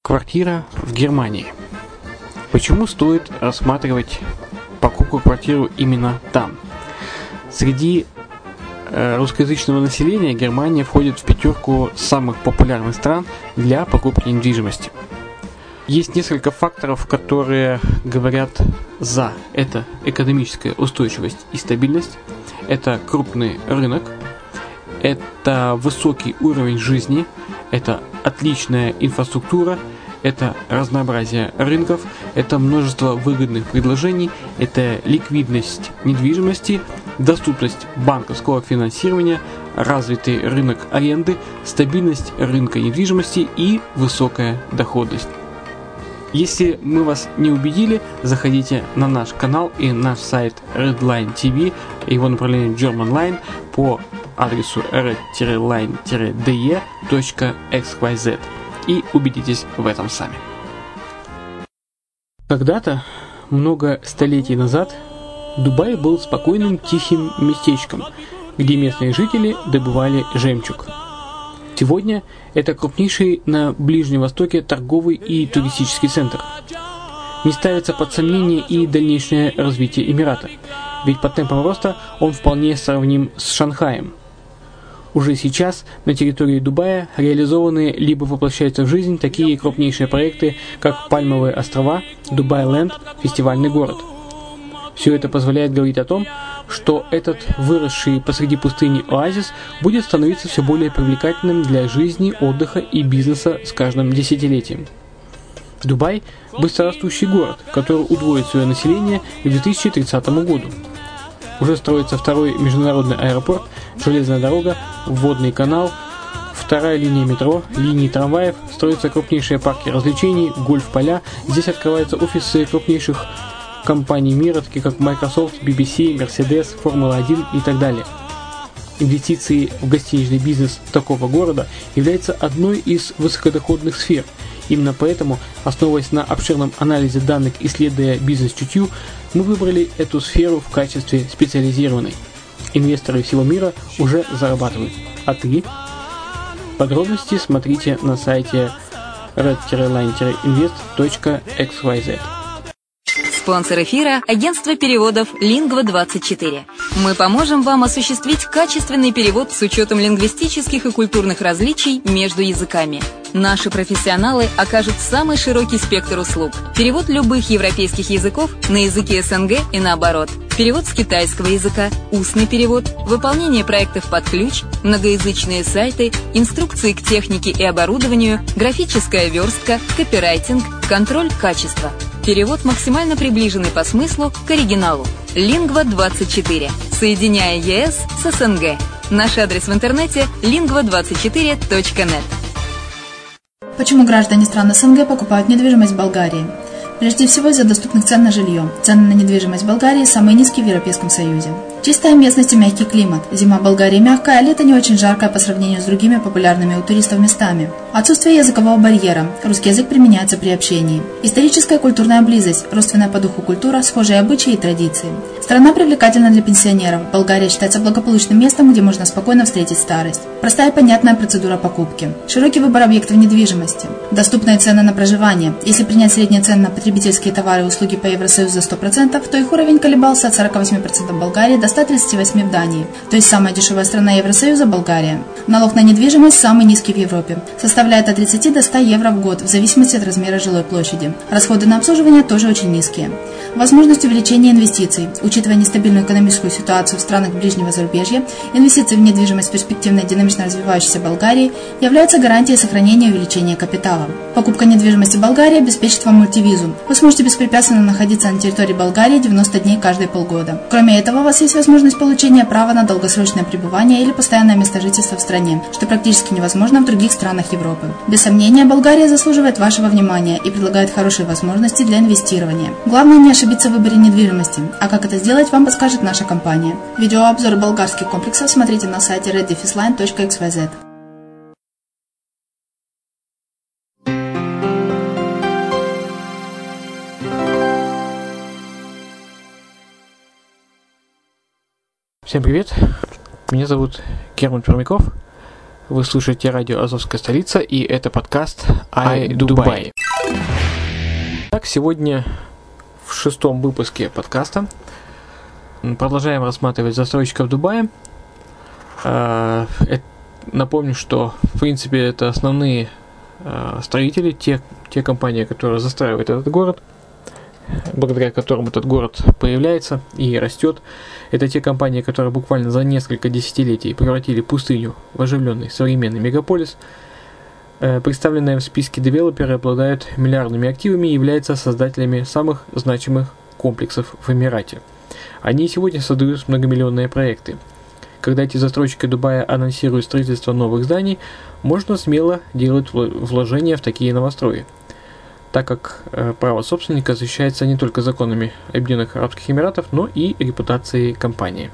Квартира в Германии. Почему стоит рассматривать покупку квартиры именно там? Среди русскоязычного населения Германия входит в пятерку самых популярных стран для покупки недвижимости. Есть несколько факторов, которые говорят за. Это экономическая устойчивость и стабильность, это крупный рынок, это высокий уровень жизни, это отличная инфраструктура, это разнообразие рынков, это множество выгодных предложений, это ликвидность недвижимости, доступность банковского финансирования, развитый рынок аренды, стабильность рынка недвижимости и высокая доходность. Если мы вас не убедили, заходите на наш канал и наш сайт Redline TV, его направление German Line по адресу red-line-de.xyz и убедитесь в этом сами. Когда-то, много столетий назад, Дубай был спокойным тихим местечком, где местные жители добывали жемчуг. Сегодня это крупнейший на Ближнем Востоке торговый и туристический центр. Не ставится под сомнение и дальнейшее развитие Эмирата, ведь по темпам роста он вполне сравним с Шанхаем. Уже сейчас на территории Дубая реализованы либо воплощаются в жизнь такие крупнейшие проекты, как Пальмовые острова, Дубай-Ленд, фестивальный город. Все это позволяет говорить о том, что этот выросший посреди пустыни оазис будет становиться все более привлекательным для жизни, отдыха и бизнеса с каждым десятилетием. Дубай – быстрорастущий город, который удвоит свое население к 2030 году. Уже строится второй международный аэропорт, железная дорога, водный канал, вторая линия метро, линии трамваев, строятся крупнейшие парки развлечений, гольф-поля. Здесь открываются офисы крупнейших компаний мира, таких как Microsoft, BBC, Mercedes, Формула-1 и так далее. Инвестиции в гостиничный бизнес такого города являются одной из высокодоходных сфер. Именно поэтому, основываясь на обширном анализе данных, исследуя бизнес-чутью, мы выбрали эту сферу в качестве специализированной. Инвесторы всего мира уже зарабатывают. А ты? Подробности смотрите на сайте red-line-invest.xyz. Спонсор эфира – агентство переводов Lingva24. Мы поможем вам осуществить качественный перевод с учетом лингвистических и культурных различий между языками. Наши профессионалы окажут самый широкий спектр услуг. Перевод любых европейских языков на языки СНГ и наоборот. Перевод с китайского языка, устный перевод, выполнение проектов под ключ, многоязычные сайты, инструкции к технике и оборудованию, графическая верстка, копирайтинг, контроль качества. Перевод максимально приближенный по смыслу к оригиналу. Lingva24. Соединяя ЕС с СНГ. Наш адрес в интернете lingva24.net. Почему граждане стран СНГ покупают недвижимость в Болгарии? Прежде всего из-за доступных цен на жилье. Цены на недвижимость в Болгарии самые низкие в Европейском Союзе. Чистая местность и мягкий климат. Зима в Болгарии мягкая, а лето не очень жаркое по сравнению с другими популярными у туристов местами. Отсутствие языкового барьера. Русский язык применяется при общении. Историческая и культурная близость. Родственная по духу культура, схожие обычаи и традиции. Страна привлекательна для пенсионеров. Болгария считается благополучным местом, где можно спокойно встретить старость. Простая и понятная процедура покупки. Широкий выбор объектов недвижимости. Доступные цены на проживание. Если принять средние цены на потребительские товары и услуги по Евросоюзу за 100%, то их уровень колебался от 48% в Болгарии до 138% в Дании. То есть самая дешевая страна Евросоюза – Болгария. Налог на недвижимость самый низкий в Европе. Составляет от 30 до 100 евро в год, в зависимости от размера жилой площади. Расходы на обслуживание тоже очень низкие. Возможность увеличения инвестиций. Учитывая нестабильную экономическую ситуацию в странах ближнего зарубежья, инвестиции в недвижимость в перспективной динамично развивающейся Болгарии являются гарантией сохранения и увеличения капитала. Покупка недвижимости в Болгарии обеспечит вам мультивизу. Вы сможете беспрепятственно находиться на территории Болгарии 90 дней каждые полгода. Кроме этого, у вас есть возможность получения права на долгосрочное пребывание или постоянное место жительства в стране, что практически невозможно в других странах Европы. Без сомнения, Болгария заслуживает вашего внимания и предлагает хорошие возможности для инвестирования. Главное не ошибиться в выборе недвижимости, а как это сделать, вам подскажет наша компания. Видеообзор болгарских комплексов смотрите на сайте red-line.xyz. Всем привет, меня зовут Герман Пермяков. Вы слушаете радио «Азовская столица», и это подкаст iDubai. Так, сегодня в 6-м выпуске подкаста продолжаем рассматривать застройщиков Дубая. Напомню, что в принципе это основные строители, те компании, которые застраивают этот город, благодаря которым этот город появляется и растет. Это те компании, которые буквально за несколько десятилетий превратили пустыню в оживленный современный мегаполис. Представленные в списке девелоперы обладают миллиардными активами и являются создателями самых значимых комплексов в Эмирате. Они сегодня создают многомиллионные проекты. Когда эти застройщики Дубая анонсируют строительство новых зданий, можно смело делать вложения в такие новострои, так как право собственника защищается не только законами Объединенных Арабских Эмиратов, но и репутацией компании.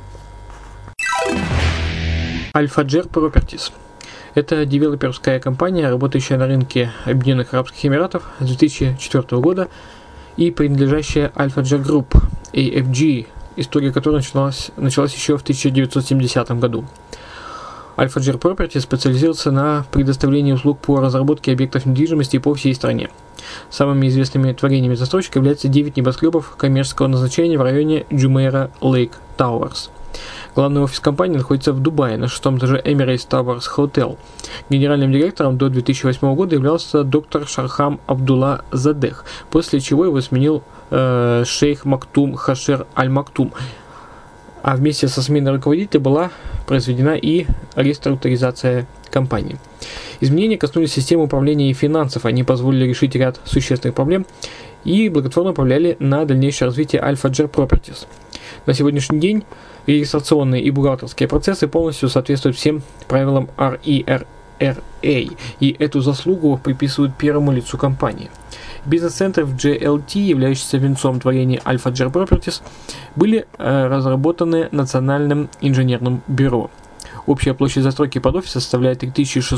Al Fajr Properties. Это девелоперская компания, работающая на рынке Объединенных Арабских Эмиратов с 2004 года и принадлежащая Al Fajr Group, AFG, история которой началась еще в 1970 году. Al Fajr Properties специализируется на предоставлении услуг по разработке объектов недвижимости по всей стране. Самыми известными творениями застройщика являются 9 небоскребов коммерческого назначения в районе Jumeirah Lake Towers. Главный офис компании находится в Дубае, на 6-м этаже Emirates Towers Hotel. Генеральным директором до 2008 года являлся доктор Шархам Абдулла Задех, после чего его сменил шейх Мактум Хашер Аль-Мактум. А вместе со сменой руководителя была произведена и реструктуризация компании. Изменения коснулись системы управления и финансов, они позволили решить ряд существенных проблем и благотворно повлияли на дальнейшее развитие Al Fajr Properties. На сегодняшний день регистрационные и бухгалтерские процессы полностью соответствуют всем правилам RERA, и эту заслугу приписывают первому лицу компании. Бизнес-центры в GLT, являющиеся венцом творений Al Fajr Properties, были разработаны Национальным инженерным бюро. Общая площадь застройки под офис составляет 3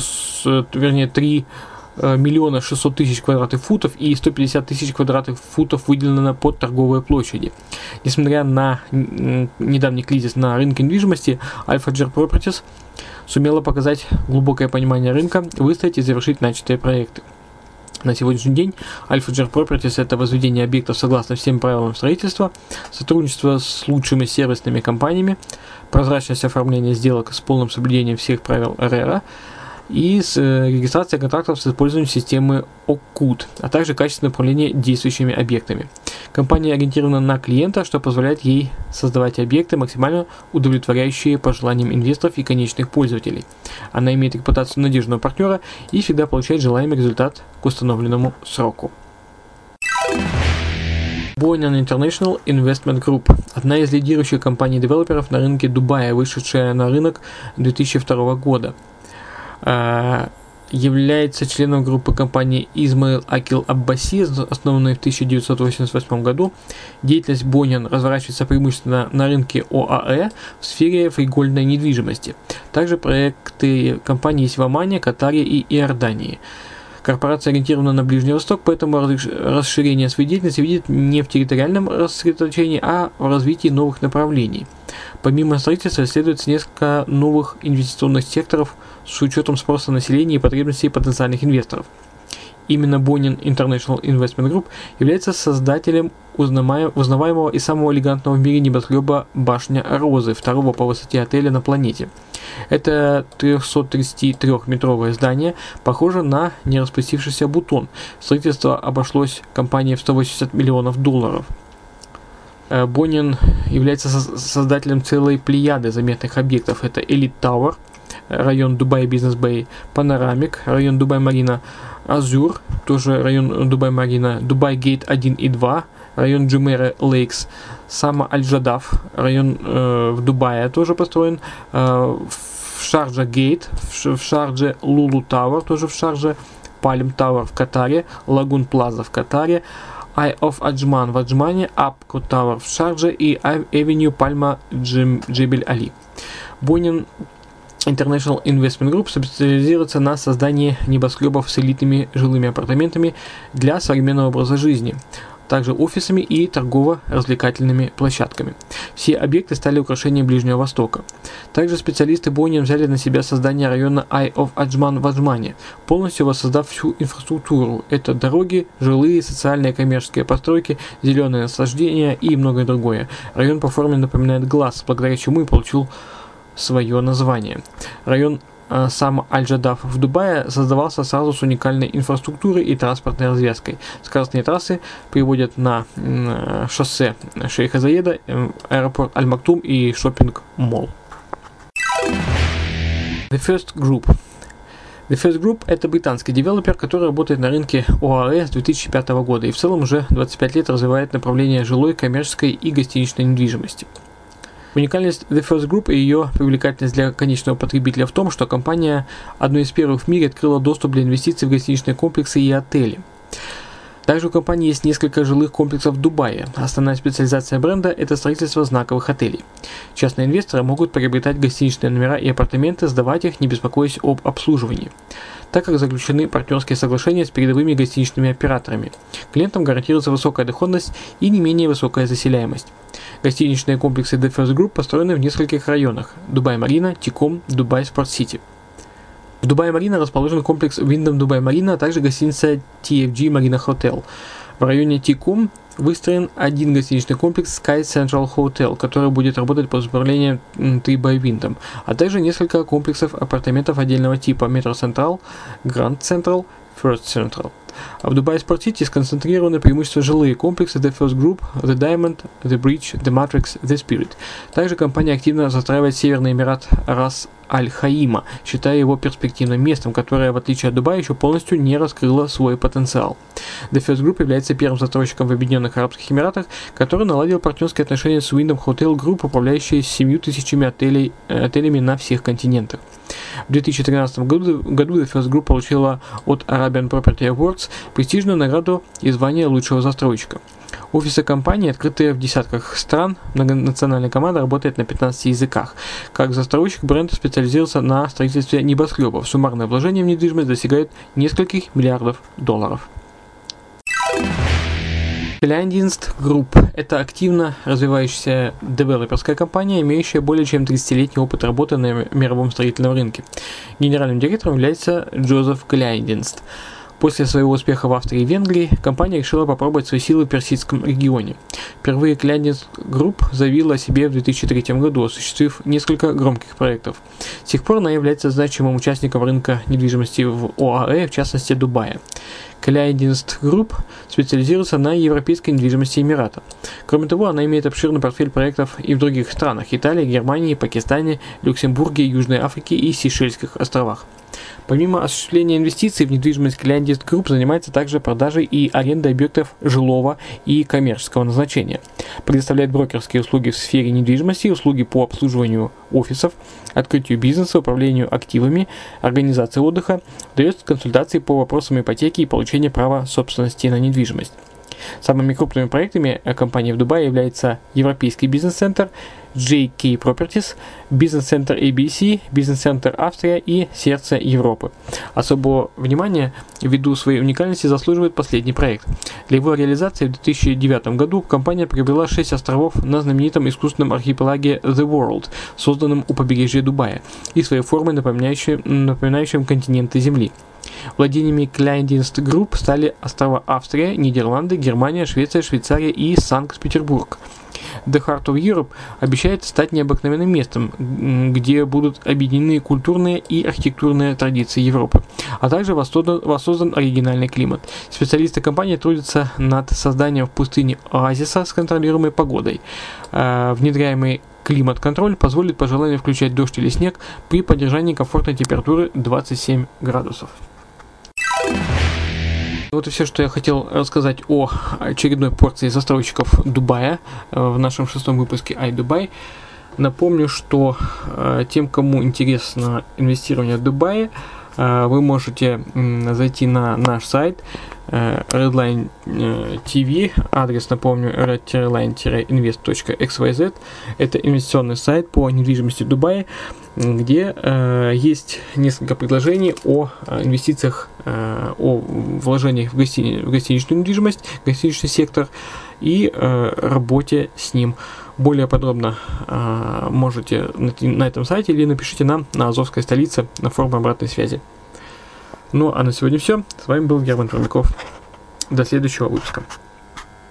миллиона 600 тысяч квадратных футов, и 150 тысяч квадратных футов выделено под торговые площади. Несмотря на недавний кризис на рынке недвижимости, Al Fajr Properties сумела показать глубокое понимание рынка, выстроить и завершить начатые проекты. На сегодняшний день Al Fajr Properties – это возведение объектов согласно всем правилам строительства, сотрудничество с лучшими сервисными компаниями, прозрачность оформления сделок с полным соблюдением всех правил RERA и с регистрацией контрактов с использованием системы OCUD, а также качественное управление действующими объектами. Компания ориентирована на клиента, что позволяет ей создавать объекты, максимально удовлетворяющие пожеланиям инвесторов и конечных пользователей. Она имеет репутацию надежного партнера и всегда получает желаемый результат к установленному сроку. Boyan International Investment Group – одна из лидирующих компаний-девелоперов на рынке Дубая, вышедшая на рынок 2002 года. Является членом группы компании Ismail Akil Abbasi, основанной в 1988 году. Деятельность Boyan разворачивается преимущественно на рынке ОАЭ в сфере фригольной недвижимости. Также проекты компании есть в Омане, Катаре и Иордании. Корпорация ориентирована на Ближний Восток, поэтому расширение своей деятельности видит не в территориальном рассредоточении, а в развитии новых направлений. Помимо строительства исследуется несколько новых инвестиционных секторов с учетом спроса населения и потребностей потенциальных инвесторов. Именно Boyan International Investment Group является создателем узнаваемого и самого элегантного в мире небоскреба «Башня Розы», второго по высоте отеля на планете. Это 333-метровое здание, похоже на нераспустившийся бутон. Строительство обошлось компании в $180 миллионов. Boyan является создателем целой плеяды заметных объектов. Это Elite Tower, район Дубай Бизнес Бэй, Панорамик, район Дубай Марина, Азур, тоже район Дубай Марина, Дубай Гейт 1 и 2, район Jumeirah Lakes, Сама Аль-Джадаф, район в Дубае тоже построен, в Шарджа Гейт, в Шардже Лулу Тауэр, тоже в Шардже, Пальм Тауэр в Катаре, Лагун Плаза в Катаре, Eye of Аджман в Аджмане, Апко Тауэр в Шардже и Авеню Пальма Джебель Али. Boyan International Investment Group специализируется на создании небоскребов с элитными жилыми апартаментами для современного образа жизни. также офисами и торгово-развлекательными площадками. Все объекты стали украшением Ближнего Востока. Также специалисты Bonnier взяли на себя создание района Eye of Ajman в Аджмане, полностью воссоздав всю инфраструктуру. Это дороги, жилые, социальные, коммерческие постройки, зеленые насаждения и многое другое. Район по форме напоминает глаз, благодаря чему и получил свое название. Район сам Аль-Джадаф в Дубае создавался сразу с уникальной инфраструктурой и транспортной развязкой. Скоростные трассы приводят на шоссе Шейха Заеда, аэропорт Аль-Мактум и шоппинг-молл. The First Group. The First Group – это британский девелопер, который работает на рынке ОАЭ с 2005 года и в целом уже 25 лет развивает направление жилой, коммерческой и гостиничной недвижимости. Уникальность The First Group и ее привлекательность для конечного потребителя в том, что компания одной из первых в мире открыла доступ для инвестиций в гостиничные комплексы и отели. Также у компании есть несколько жилых комплексов в Дубае. Основная специализация бренда – это строительство знаковых отелей. Частные инвесторы могут приобретать гостиничные номера и апартаменты, сдавать их, не беспокоясь об обслуживании, так как заключены партнерские соглашения с передовыми гостиничными операторами. Клиентам гарантируется высокая доходность и не менее высокая заселяемость. Гостиничные комплексы The First Group построены в нескольких районах – Дубай-Марина, Тиком, Дубай Спорт-Сити. В Дубай-Марина расположен комплекс Wyndham Дубай-Марина, а также гостиница TFG Marina Hotel. В районе Тиком выстроен один гостиничный комплекс Sky Central Hotel, который будет работать под управлением 3by Wyndham, а также несколько комплексов апартаментов отдельного типа Metro Central, Grand Central, First Central. А в Дубае Спорт-Сити сконцентрированы преимущественно жилые комплексы The First Group, The Diamond, The Bridge, The Matrix, The Spirit. Также компания активно застраивает Северный Эмират Рас Аль-Хаима, считая его перспективным местом, которое, в отличие от Дубая, еще полностью не раскрыло свой потенциал. The First Group является первым застройщиком в Объединенных Арабских Эмиратах, который наладил партнерские отношения с Wyndham Hotel Group, управляющей 7000 отелями на всех континентах. В 2013 году The First Group получила от Arabian Property Awards престижную награду и звание лучшего застройщика. Офисы компании открыты в десятках стран, многонациональная команда работает на 15 языках. Как застройщик, бренд специализировался на строительстве небоскребов. Суммарное вложение в недвижимость достигает нескольких миллиардов долларов. Cliendinst Group – это активно развивающаяся девелоперская компания, имеющая более чем 30-летний опыт работы на мировом строительном рынке. Генеральным директором является Джозеф Cliendinst. После своего успеха в Австрии и Венгрии компания решила попробовать свои силы в персидском регионе. Впервые Cliendinst Group заявила о себе в 2003 году, осуществив несколько громких проектов. С тех пор она является значимым участником рынка недвижимости в ОАЭ, в частности Дубая. Cliendinst Group специализируется на европейской недвижимости Эмирата. Кроме того, она имеет обширный портфель проектов и в других странах – Италии, Германии, Пакистане, Люксембурге, Южной Африке и Сейшельских островах. Помимо осуществления инвестиций в недвижимость, Cliendinst Group занимается также продажей и арендой объектов жилого и коммерческого назначения. Предоставляет брокерские услуги в сфере недвижимости, услуги по обслуживанию офисов, открытию бизнеса, управлению активами, организации отдыха, дает консультации по вопросам ипотеки и получения права собственности на недвижимость. Самыми крупными проектами компании в Дубае являются Европейский бизнес-центр, JK Properties, бизнес-центр ABC, бизнес-центр Австрия и Сердце Европы. Особого внимания ввиду своей уникальности заслуживает последний проект. Для его реализации в 2009 году компания приобрела 6 островов на знаменитом искусственном архипелаге The World, созданном у побережья Дубая, и своей формой напоминающим континенты Земли. Владениями Cliendinst Group стали острова Австрия, Нидерланды, Германия, Швеция, Швейцария и Санкт-Петербург. The Heart of Europe обещает стать необыкновенным местом, где будут объединены культурные и архитектурные традиции Европы, а также воссоздан оригинальный климат. Специалисты компании трудятся над созданием в пустыне оазиса с контролируемой погодой. Внедряемый климат-контроль позволит по желанию включать дождь или снег при поддержании комфортной температуры 27 градусов. Вот и все, что я хотел рассказать о очередной порции застройщиков Дубая в нашем 6-м выпуске iDubai. Напомню, что тем, кому интересно инвестирование в Дубае, вы можете зайти на наш сайт Redline TV, адрес, напомню, redline-invest.xyz. Это инвестиционный сайт по недвижимости в Дубае, где есть несколько предложений о инвестициях, о вложениях в гостиничную недвижимость, гостиничный сектор и работе с ним. Более подробно можете найти на этом сайте или напишите нам на Азовской столице на форуме обратной связи. Ну а на сегодня все. С вами был Герман Пермяков. До следующего выпуска.